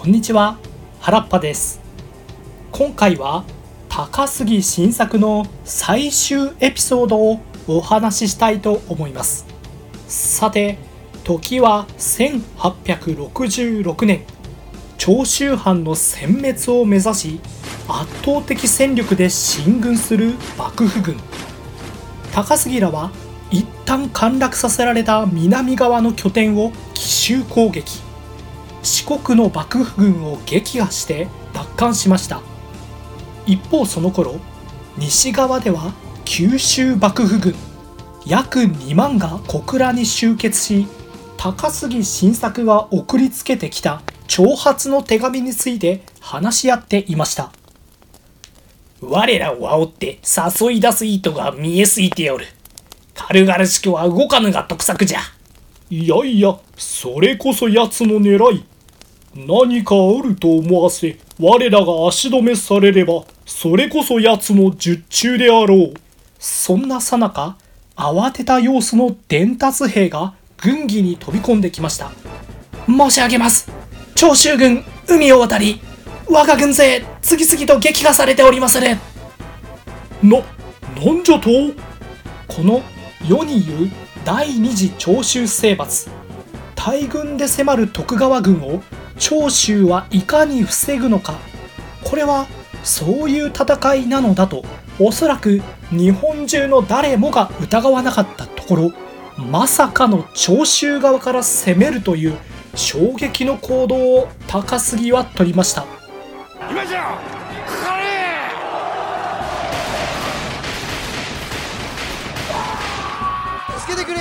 こんにちは、原っぱです。今回は高杉晋作の最終エピソードをお話ししたいと思います。さて、時は1866年、長州藩の殲滅を目指し圧倒的戦力で進軍する幕府軍。高杉らは一旦陥落させられた南側の拠点を奇襲攻撃、四国の幕府軍を撃破して奪還しました。一方その頃、西側では九州幕府軍約2万が小倉に集結し、高杉晋作が送りつけてきた挑発の手紙について話し合っていました。 我らを煽って誘い出す意図が見えすぎておる。軽々しくは動かぬが得策じゃ。 いやいや、それこそ奴の狙い。何かあると思わせ我らが足止めされれば、それこそ奴の術中であろう。 そんなさなか、慌てた様子の伝達兵が軍議に飛び込んできました。申し上げます。長州軍、海を渡り我が軍勢次々と撃破されておりまする。 なんじゃと。 この世に言う第二次長州征伐、大軍で迫る徳川軍を長州はいかに防ぐのか、これはそういう戦いなのだとおそらく日本中の誰もが疑わなかったところ、まさかの長州側から攻めるという衝撃の行動を高杉は取りました。 今じゃかかれ。助けてくれ。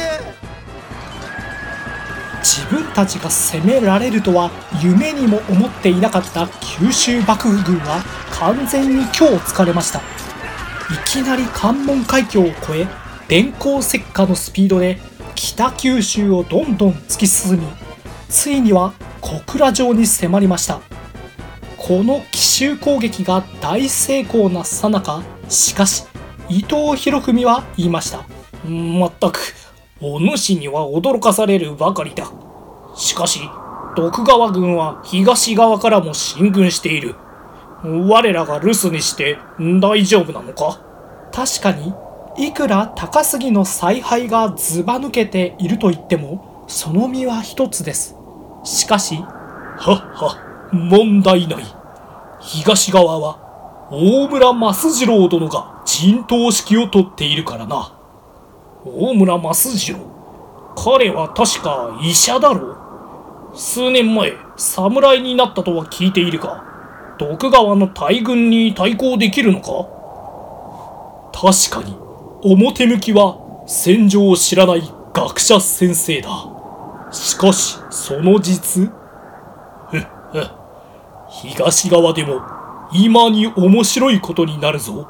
自分たちが攻められるとは夢にも思っていなかった九州幕府軍は完全に虚をつかれました。いきなり関門海峡を越え、電光石火のスピードで北九州をどんどん突き進み、ついには小倉城に迫りました。この奇襲攻撃が大成功なさなか、しかし伊藤博文は言いました。 まったくお主には驚かされるばかりだ。しかし徳川軍は東側からも進軍している。我らが留守にして大丈夫なのか。 確かにいくら高杉の采配がずば抜けていると言っても、その身は一つです。しかし問題ない。東側は大村益次郎殿が陣頭指揮を取っているからな。 大村益次郎、彼は確か医者だろう。数年前侍になったとは聞いているが、徳川の大軍に対抗できるのか。 確かに表向きは戦場を知らない学者先生だ。しかしその実東側でも今に面白いことになるぞ。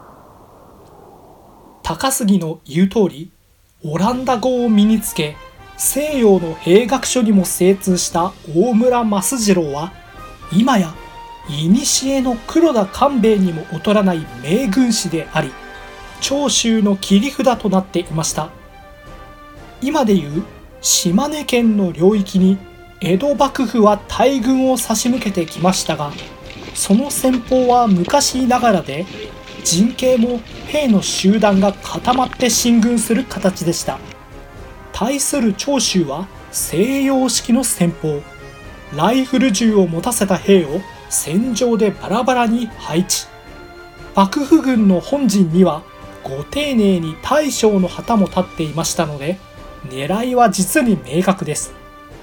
高杉の言う通り、オランダ語を身につけ西洋の兵学書にも精通した大村益次郎は、今や古の黒田官兵衛にも劣らない名軍師であり、長州の切り札となっていました。今でいう島根県の領域に江戸幕府は大軍を差し向けてきましたが、その戦法は昔ながらで、陣形も兵の集団が固まって進軍する形でした。対する長州は西洋式の戦法、ライフル銃を持たせた兵を戦場でバラバラに配置。幕府軍の本陣にはご丁寧に大将の旗も立っていましたので、狙いは実に明確です。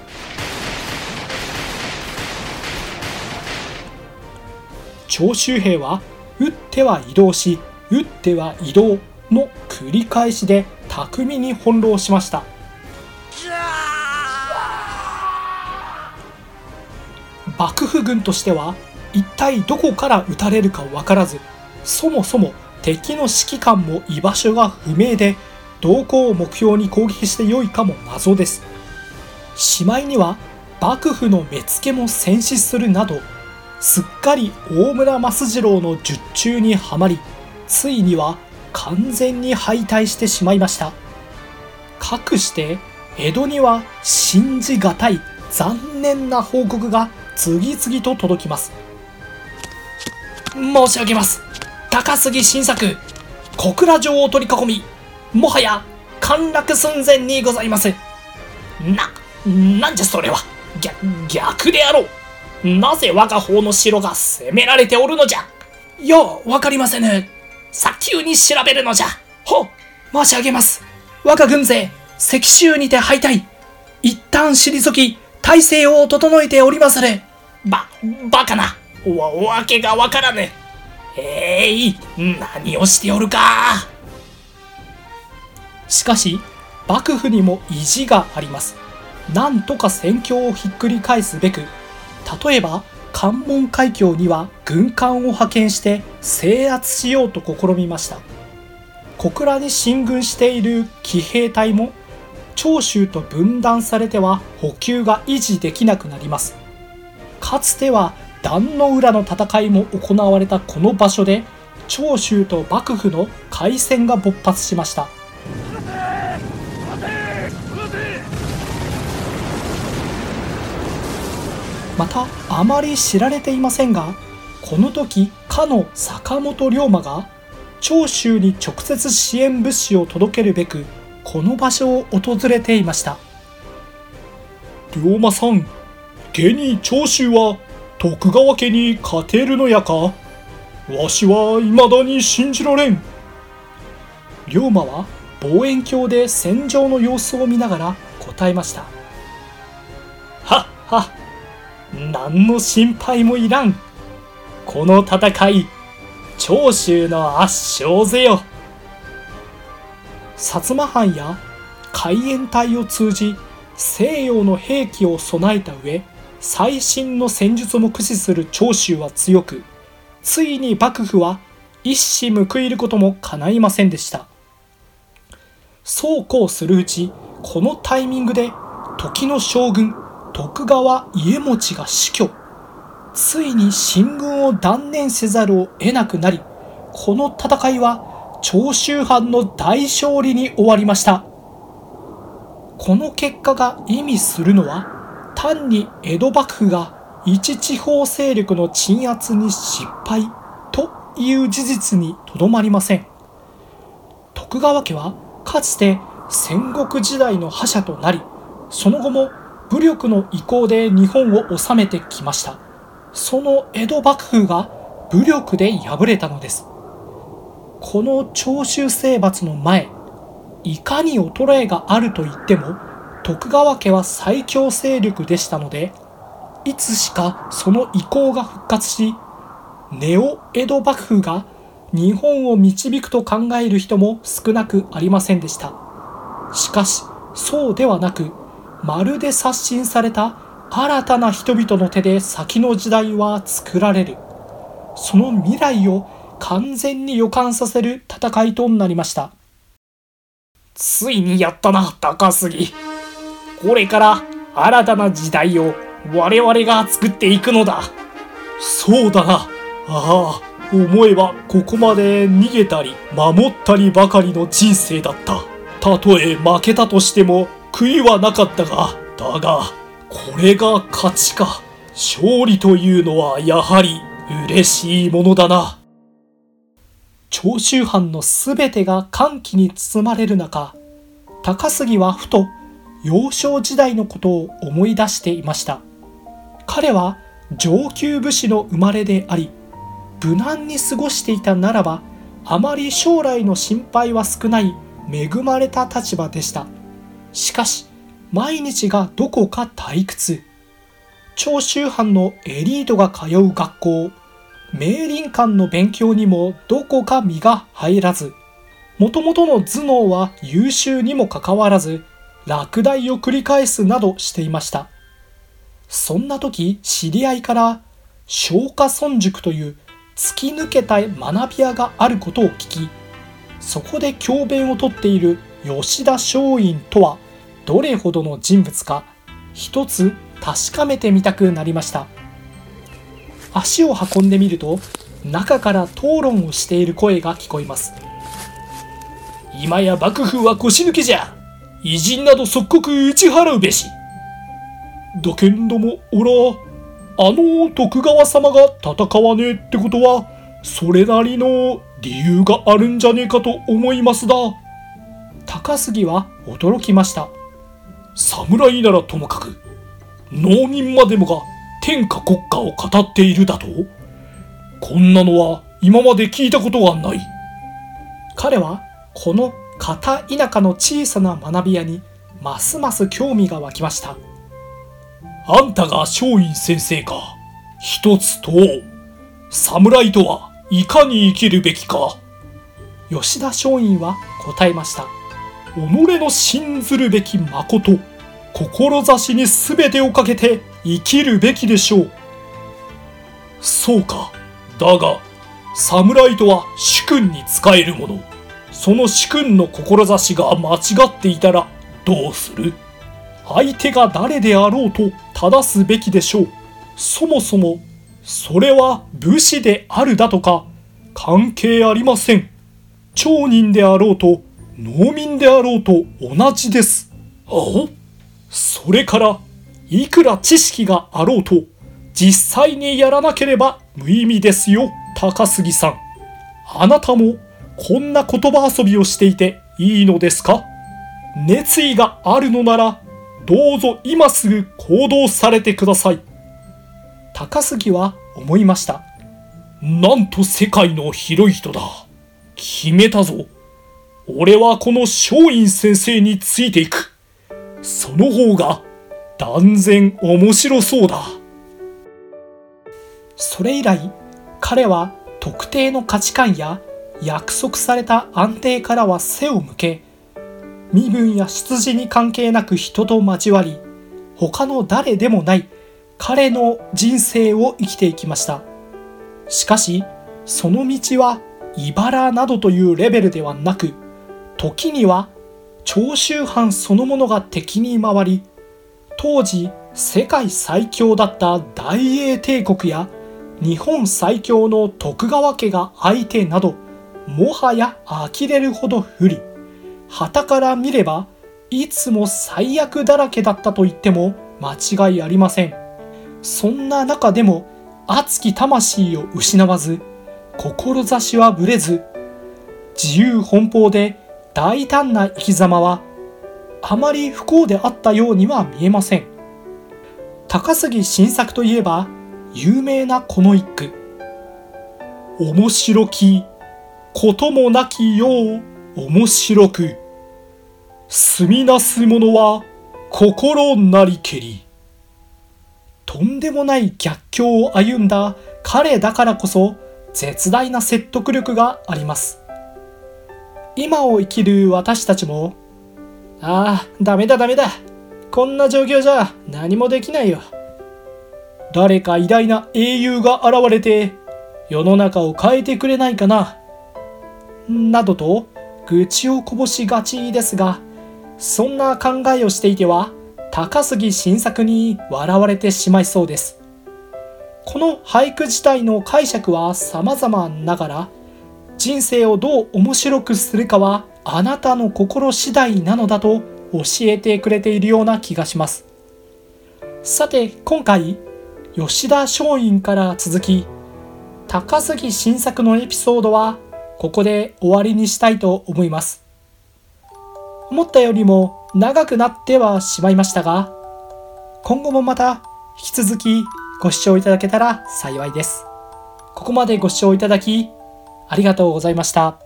長州兵は撃っては移動し、撃っては移動の繰り返しで巧みに翻弄しました。幕府軍としては一体どこから撃たれるか分からず、そもそも敵の指揮官も居場所が不明で、どこを目標に攻撃してよいかも謎です。しまいには幕府の目付けも戦死するなど、すっかり大村益次郎の術中にはまり、ついには完全に敗退してしまいました。かくして江戸には信じがたい残念な報告が次々と届きます。 申し上げます。高杉晋作、小倉城を取り囲み、もはや陥落寸前にございます。なんじゃそれは。逆であろう。なぜ我が方の城が攻められておるのじゃ。 ようわかりませぬ。 早急に調べるのじゃ。 申し上げます。我が軍勢、石州にて敗退。一旦退き、体制を整えておりまする。 バカな。わけがわからぬ。何をしておるか。 しかし、幕府にも意地があります。なんとか戦況をひっくり返すべく、例えば関門海峡には軍艦を派遣して制圧しようと試みました。小倉に進軍している騎兵隊も長州と分断されては補給が維持できなくなります。かつては壇の浦の戦いも行われたこの場所で長州と幕府の海戦が勃発しました。またあまり知られていませんが、この時かの坂本龍馬が長州に直接支援物資を届けるべくこの場所を訪れていました。 龍馬さん、下に長州は徳川家に勝てるのやか。わしは未だに信じられん。 龍馬は望遠鏡で戦場の様子を見ながら答えました。 はっは、何の心配もいらん。この戦い、長州の圧勝ぜよ。 薩摩藩や海援隊を通じ西洋の兵器を備えた上、最新の戦術も駆使する長州は強く、ついに幕府は一矢報いることも叶いませんでした。そうこうするうち、このタイミングで時の将軍徳川家茂が死去。ついに進軍を断念せざるを得なくなり、この戦いは長州藩の大勝利に終わりました。この結果が意味するのは、単に江戸幕府が一地方勢力の鎮圧に失敗という事実にとどまりません。徳川家はかつて戦国時代の覇者となり、その後も武力の移行で日本を治めてきました。その江戸幕府が武力で敗れたのです。この長州征伐の前、いかに衰えがあると言っても徳川家は最強勢力でしたので、いつしかその移行が復活し、ネオ江戸幕府が日本を導くと考える人も少なくありませんでした。しかしそうではなく、まるで刷新された新たな人々の手で先の時代は作られる。その未来を完全に予感させる戦いとなりました。 ついにやったな、高杉。これから新たな時代を我々が作っていくのだ。 そうだな。ああ、思えばここまで逃げたり守ったりばかりの人生だった。たとえ負けたとしても悔いはなかったが、だがこれが勝ちか。勝利というのはやはり嬉しいものだな。 長州藩のすべてが歓喜に包まれる中、高杉はふと幼少時代のことを思い出していました。彼は上級武士の生まれであり、無難に過ごしていたならば、あまり将来の心配は少ない恵まれた立場でした。しかし、毎日がどこか退屈。長州藩のエリートが通う学校、明倫館の勉強にもどこか身が入らず、もともとの頭脳は優秀にもかかわらず、落第を繰り返すなどしていました。そんな時、知り合いから松下村塾という突き抜けた学び屋があることを聞き、そこで教鞭をとっている吉田松陰とはどれほどの人物か、一つ確かめてみたくなりました。足を運んでみると、中から討論をしている声が聞こえます。 今や幕府は腰抜けじゃ。偉人など即刻打ち払うべし。 だけんども、 徳川様が戦わねえってことは、それなりの理由があるんじゃねえかと思いますだ。 高杉は驚きました。 侍ならともかく、農民までもが天下国家を語っているだと？こんなのは今まで聞いたことがない。 彼はこの片田舎の小さな学び屋にますます興味が湧きました。 あんたが松陰先生か。一つ問おう。侍とはいかに生きるべきか。 吉田松陰は答えました。 己の信ずるべき誠、志に全てをかけて生きるべきでしょう。そうか。だが、侍とは主君に仕えるもの。その主君の志が間違っていたらどうする？相手が誰であろうと正すべきでしょう。そもそも、それは武士であるだとか関係ありません。町人であろうと農民であろうと同じです。それからいくら知識があろうと実際にやらなければ無意味ですよ、高杉さん。あなたもこんな言葉遊びをしていていいのですか？熱意があるのならどうぞ今すぐ行動されてください。 高杉は思いました。 なんと世界の広い人だ。決めたぞ。俺はこの松陰先生についていく。その方が断然面白そうだ。 それ以来、彼は特定の価値観や約束された安定からは背を向け、身分や出自に関係なく人と交わり、他の誰でもない彼の人生を生きていきました。しかし、その道は茨などというレベルではなく、時には長州藩そのものが敵に回り、当時世界最強だった大英帝国や日本最強の徳川家が相手など、もはや呆れるほど不利。傍から見ればいつも最悪だらけだったと言っても間違いありません。そんな中でも熱き魂を失わず、志はぶれず、自由奔放で大胆な生き様はあまり不幸であったようには見えません。高杉晋作といえば有名なこの一句。面白きこともなきよう面白く、住みなす者は心なりけり。とんでもない逆境を歩んだ彼だからこそ絶大な説得力があります。今を生きる私たちも、ダメだ、こんな状況じゃ何もできないよ。誰か偉大な英雄が現れて世の中を変えてくれないかな、などと愚痴をこぼしがちですが、そんな考えをしていては高杉晋作に笑われてしまいそうです。この俳句自体の解釈は様々ながら、人生をどう面白くするかはあなたの心次第なのだと教えてくれているような気がします。さて今回、吉田松陰から続き高杉晋作のエピソードはここで終わりにしたいと思います。思ったよりも長くなってはしまいましたが、今後もまた引き続きご視聴いただけたら幸いです。ここまでご視聴いただきありがとうございました。